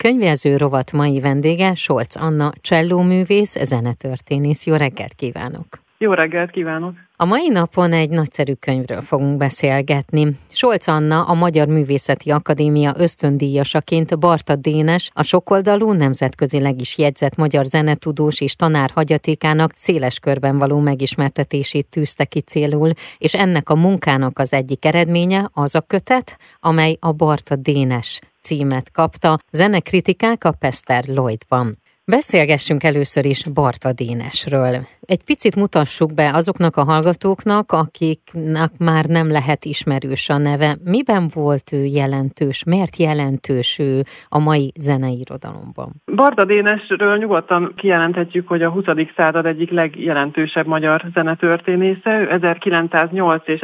könyvjelző rovat mai vendége Solc Anna, csellóművész, zenetörténész. Jó reggelt kívánok! Jó reggelt kívánok! A mai napon egy nagyszerű könyvről fogunk beszélgetni. Solc Anna, a Magyar Művészeti Akadémia ösztöndíjasaként Barta Dénes, a sokoldalú, nemzetközileg is jegyzett magyar zenetudós és tanár hagyatékának széles körben való megismertetését tűzte ki célul, és ennek a munkának az egyik eredménye az a kötet, amely a Barta Dénes címet kapta, zenekritikák a Pester Lloydban. Beszélgessünk először is Barta Dénesről. Egy picit mutassuk be azoknak a hallgatóknak, akiknek már nem lehet ismerős a neve. Miben volt ő jelentős, miért jelentős ő a mai zeneirodalomban? Barta Dénesről nyugodtan kijelenthetjük, hogy a 20. század egyik legjelentősebb magyar zenetörténésze. Ő 1908 és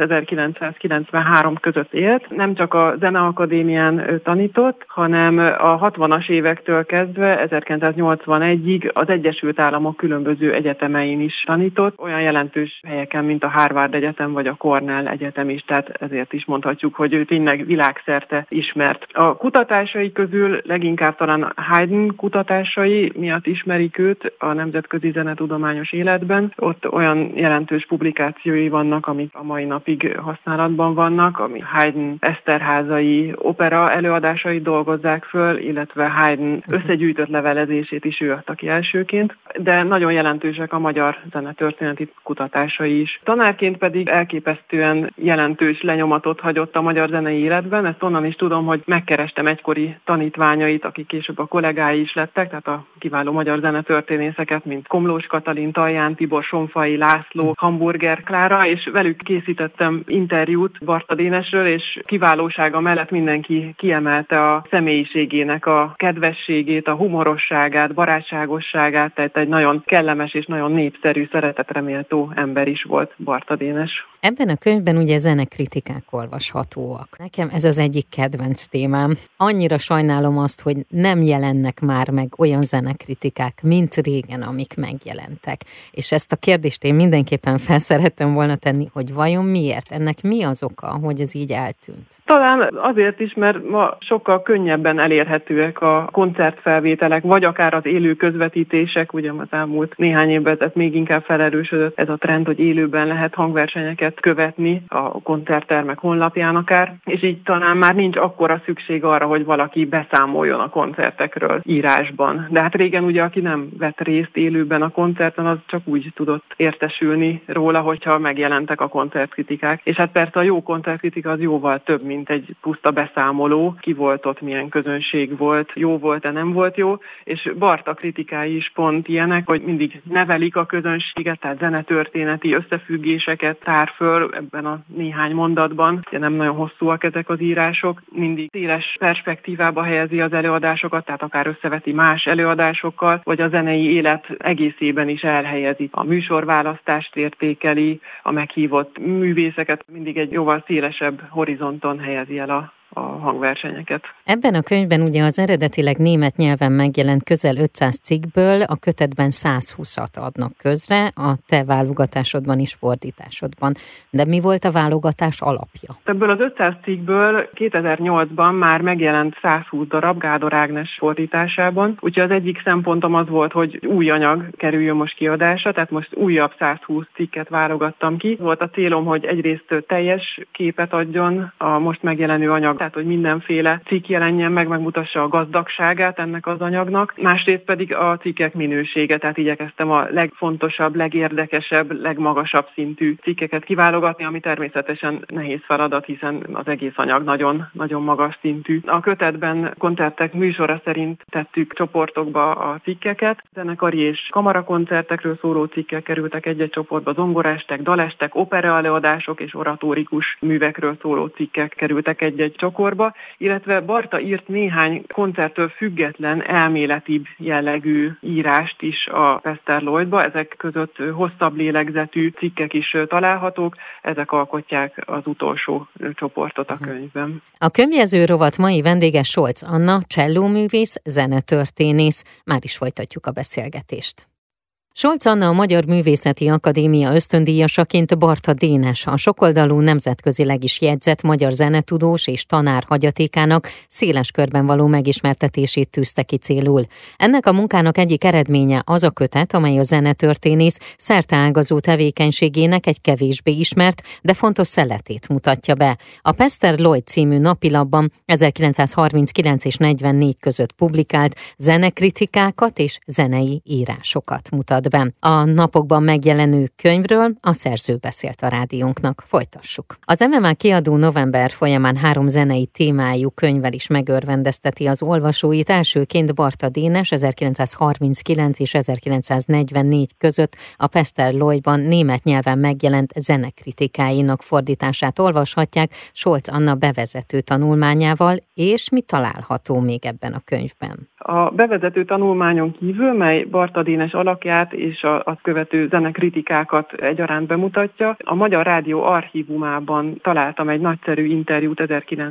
1993 között élt. Nem csak a Zeneakadémián tanított, hanem a 60-as évektől kezdve 1981-ig az Egyesült Államok különböző egyetemein is tanított, olyan jelentős helyeken, mint a Harvard Egyetem vagy a Cornell Egyetem is, tehát ezért is mondhatjuk, hogy ő tényleg világszerte ismert. A kutatásai közül leginkább talán Haydn kutatásai miatt ismerik őt a nemzetközi zenetudományos életben. Ott olyan jelentős publikációi vannak, amik a mai napig használatban vannak, ami Haydn Eszterházai opera előadásait dolgozzák föl, illetve Haydn összegyűjtött levelezését is ő adta ki elsőként, de nagyon jelentősek a magyar zenetörténeti kutatásai is. Tanárként pedig elképesztően jelentős lenyomatot hagyott a magyar zenei életben. Ezt onnan is tudom, hogy megkerestem egykori tanítványait, akik később a kollégái is lettek, tehát a kiváló magyar zenetörténészeket, mint Komlós Katalin, Taján Tibor, Sonfai László, Hamburger Klára, és velük készítettem interjút Barta Dénesről, és kiválósága mellett mindenki kiemelte a személyiségének a kedvességét, a humorosságát, barátságosságát, tehát egy nagyon kellemes és nagyon népszerű, szeretetre méltó ember is volt Barta Dénes. Ebben a könyvben ugye zenekritikák olvashatóak. Nekem ez az egyik kedvenc témám. Annyira sajnálom azt, hogy nem jelennek már meg olyan zenekritikák, mint régen, amik megjelentek. És ezt a kérdést én mindenképpen felszerettem volna tenni, hogy vajon miért? Ennek mi az oka, hogy ez így eltűnt? Talán azért is, mert ma sokkal könnyebben elérhetőek a koncertfelvételek, vagy akár az élő közvetítések, ugye az elmúlt néhány évben ez még inkább felerősödött ez a trend, hogy élőben lehet hangversenyeket követni a koncerttermek honlapján akár, és így talán már nincs akkora szükség arra, hogy valaki beszámoljon a koncertekről írásban. De hát régen ugye, aki nem vett részt élőben a koncerten, az csak úgy tudott értesülni róla, hogyha megjelentek a koncertkritikák. És hát persze a jó koncertkritika az jóval több, mint egy puszta beszámoló, ki volt ott, milyen közönség volt, jó volt-e, nem volt jó, és Barta kritikái is pont ilyenek, hogy mindig nevelik a közönséget, tehát zenetörténeti összefüggéseket tár föl ebben a néhány mondatban. Ugye nem nagyon hosszúak ezek az írások, mindig széles perspektívába helyezi az előadásokat, tehát akár összeveti más előadásokkal, vagy a zenei élet egészében is elhelyezi. A műsorválasztást értékeli, a meghívott művészeket mindig egy jóval szélesebb horizonton helyezi el a hangversenyeket. Ebben a könyvben ugye az eredetileg német nyelven megjelent közel 500 cikkből a kötetben 120-at adnak közre, a te válogatásodban is, fordításodban. De mi volt a válogatás alapja? Ebből az 500 cikkből 2008-ban már megjelent 120 darab Gádor Ágnes fordításában, úgyhogy az egyik szempontom az volt, hogy új anyag kerüljön most kiadásra, tehát most újabb 120 cikket válogattam ki. Volt a célom, hogy egyrészt teljes képet adjon a most megjelenő anyag, tehát hogy mindenféle cikk jelenjen meg, megmutassa a gazdagságát ennek az anyagnak. Másrészt pedig a cikkek minősége, tehát igyekeztem a legfontosabb, legérdekesebb, legmagasabb szintű cikkeket kiválogatni, ami természetesen nehéz feladat, hiszen az egész anyag nagyon magas szintű. A kötetben koncertek műsora szerint tettük csoportokba a cikkeket. Zenekari és kamarakoncertekről szóló cikkek kerültek egy-egy csoportba, zongorestek, dalestek, opera előadások és oratórikus művekről szóló cikkek kerültek egy-egy csokorba, illetve Barta írt néhány koncerttől független, elméletibb jellegű írást is a Pester Lloydba. Ezek között hosszabb lélegzetű cikkek is találhatók, ezek alkotják az utolsó csoportot a könyvben. A könyvjelző rovat mai vendége Solc Anna, csellóművész, zenetörténész. Már is folytatjuk a beszélgetést. Scholz Anna, a Magyar Művészeti Akadémia ösztöndíjasaként Barta Dénes, a sokoldalú, nemzetközileg is jegyzett magyar zenetudós és tanár hagyatékának széles körben való megismertetését tűzte ki célul. Ennek a munkának egyik eredménye az a kötet, amely a zenetörténész szerteágazó tevékenységének egy kevésbé ismert, de fontos szeletét mutatja be. A Pester Lloyd című napilapban 1939 és 44 között publikált zenekritikákat és zenei írásokat mutat be. A napokban megjelenő könyvről a szerző beszélt a rádiónknak. Folytassuk. Az MMA kiadó november folyamán 3 zenei témájú könyvvel is megörvendezteti az olvasóit. Elsőként Barta Dénes 1939 és 1944 között a Pester Lloydban német nyelven megjelent zenekritikáinak fordítását olvashatják Scholz Anna bevezető tanulmányával, és mi található még ebben a könyvben? A bevezető tanulmányon kívül, mely Barta Dénes alakját és azt követő zenekritikákat egyaránt bemutatja, a Magyar Rádió archívumában találtam egy nagyszerű interjút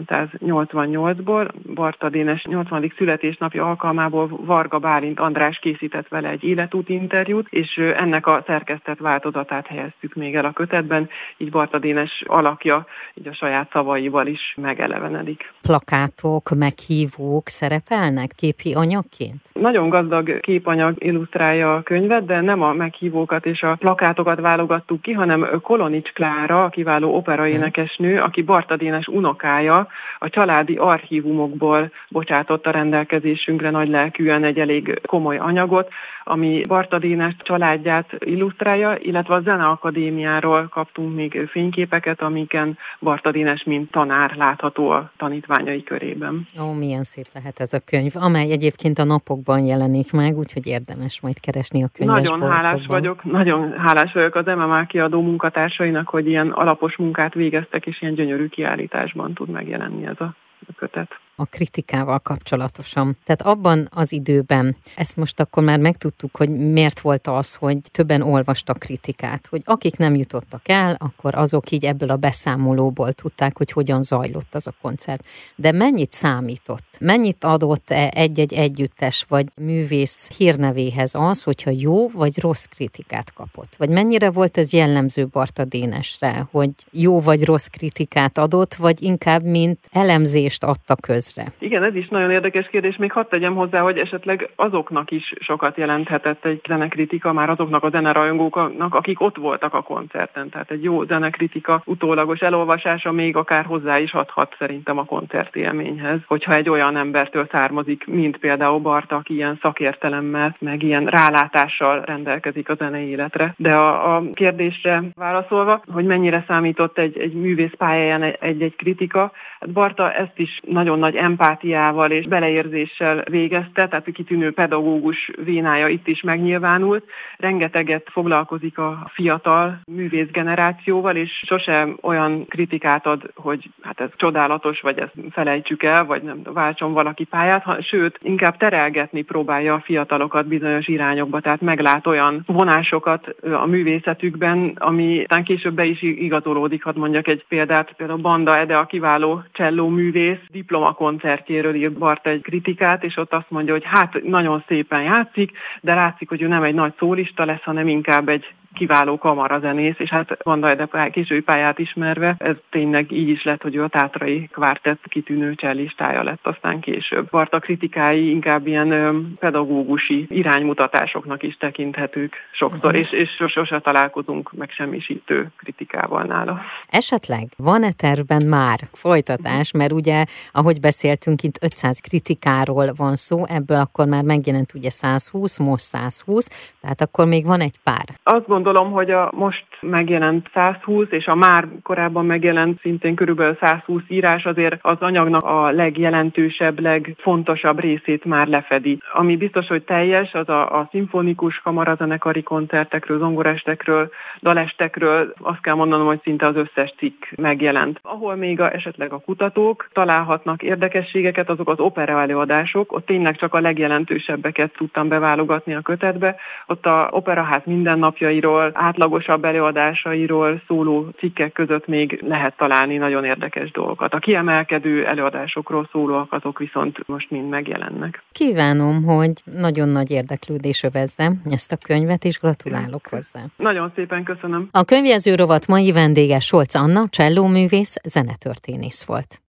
1988-ból. Barta Dénes 80. születésnapja alkalmából Varga Bálint András készített vele egy életút interjút, és ennek a szerkesztett változatát helyeztük még el a kötetben, így Barta Dénes alakja így a saját szavaival is megelevenedik. Plakátok, meghívók szerepelnek képi anyagként? Nagyon gazdag képanyag illusztrálja a könyvet, de nem a meghívókat és a plakátokat válogattuk ki, hanem Kolonics Klára, a kiváló operaénekesnő, aki Barta Dénes unokája, a családi archívumokból bocsátott a rendelkezésünkre nagylelkűen egy elég komoly anyagot, ami Barta Dénes családját illusztrálja, illetve a Zeneakadémiáról kaptunk még fényképeket, amiken Barta Dénes mint tanár látható a tanítványai körében. Ó, milyen szép lehet ez a könyv, amely egyébként a napokban jelenik meg, úgyhogy érdemes majd keresni a könyvesboltokban. Nagyon hálás vagyok az MMA kiadó munkatársainak, hogy ilyen alapos munkát végeztek, és ilyen gyönyörű kiállításban tud megjelenni ez a kötet. A kritikával kapcsolatosan. Tehát abban az időben, ezt most akkor már megtudtuk, hogy miért volt az, hogy többen olvastak kritikát, hogy akik nem jutottak el, akkor azok így ebből a beszámolóból tudták, hogy hogyan zajlott az a koncert. De mennyit számított? Mennyit adott egy-egy együttes vagy művész hírnevéhez az, hogyha jó vagy rossz kritikát kapott? Vagy mennyire volt ez jellemző Barta Dénesre, hogy jó vagy rossz kritikát adott, vagy inkább mint elemzést adta közre? Igen, ez is nagyon érdekes kérdés. Még hadd tegyem hozzá, hogy esetleg azoknak is sokat jelenthetett egy zenekritika, már azoknak a zenerajongóknak, akik ott voltak a koncerten. Tehát egy jó zenekritika utólagos elolvasása még akár hozzá is adhat szerintem a koncertélményhez, hogyha egy olyan embertől származik, mint például Barta, aki ilyen szakértelemmel, meg ilyen rálátással rendelkezik a zenei életre. De a kérdésre válaszolva, hogy mennyire számított egy művész pályáján egy kritika, hát Barta ezt is nagyon nagy empátiával és beleérzéssel végezte, tehát kitűnő pedagógus vénája itt is megnyilvánult. Rengeteget foglalkozik a fiatal művész generációval, és sose olyan kritikát ad, hogy hát ez csodálatos, vagy ezt felejtsük el, vagy nem váltson valaki pályát, sőt, inkább terelgetni próbálja a fiatalokat bizonyos irányokba, tehát meglát olyan vonásokat a művészetükben, ami talán később be is igazolódik. Hadd mondjak egy példát, például Banda Ede, a kiváló cselló művész, diplomakoncertjéről írt Barta egy kritikát, és ott azt mondja, hogy hát nagyon szépen játszik, de látszik, hogy ő nem egy nagy szólista lesz, hanem inkább egy kiváló kamarazenész, és hát Banda Ede késői pályát ismerve, ez tényleg így is lett, hogy ő a Tátrai Kvártett kitűnő cellistája lett aztán később. Barta kritikái inkább ilyen pedagógusi iránymutatásoknak is tekinthetők sokszor, és sose találkozunk megsemmisítő kritikával nála. Esetleg van-e tervben már folytatás, mert ugye, ahogy beszéltünk, itt 500 kritikáról van szó, ebből akkor már megjelent ugye 120, most 120, tehát akkor még van egy pár. Azt gondolom, hogy a most megjelent 120, és a már korábban megjelent szintén körülbelül 120 írás azért az anyagnak a legjelentősebb, legfontosabb részét már lefedi. Ami biztos, hogy teljes, az a szimfonikus kamarazenekari koncertekről, zongorestekről, dalestekről, azt kell mondanom, hogy szinte az összes cikk megjelent. Ahol még esetleg a kutatók találhatnak érdekességeket, azok az opera előadások, ott tényleg csak a legjelentősebbeket tudtam beválogatni a kötetbe. Ott a Operaház mindennapjairól munkáiról, átlagosabb előadásairól szóló cikkek között még lehet találni nagyon érdekes dolgokat. A kiemelkedő előadásokról szólóak azok viszont most mind megjelennek. Kívánom, hogy nagyon nagy érdeklődés övezze ezt a könyvet, és gratulálok hozzá. Nagyon szépen köszönöm. A könyvjelző rovat mai vendége Solc Anna, csellóművész, zenetörténész volt.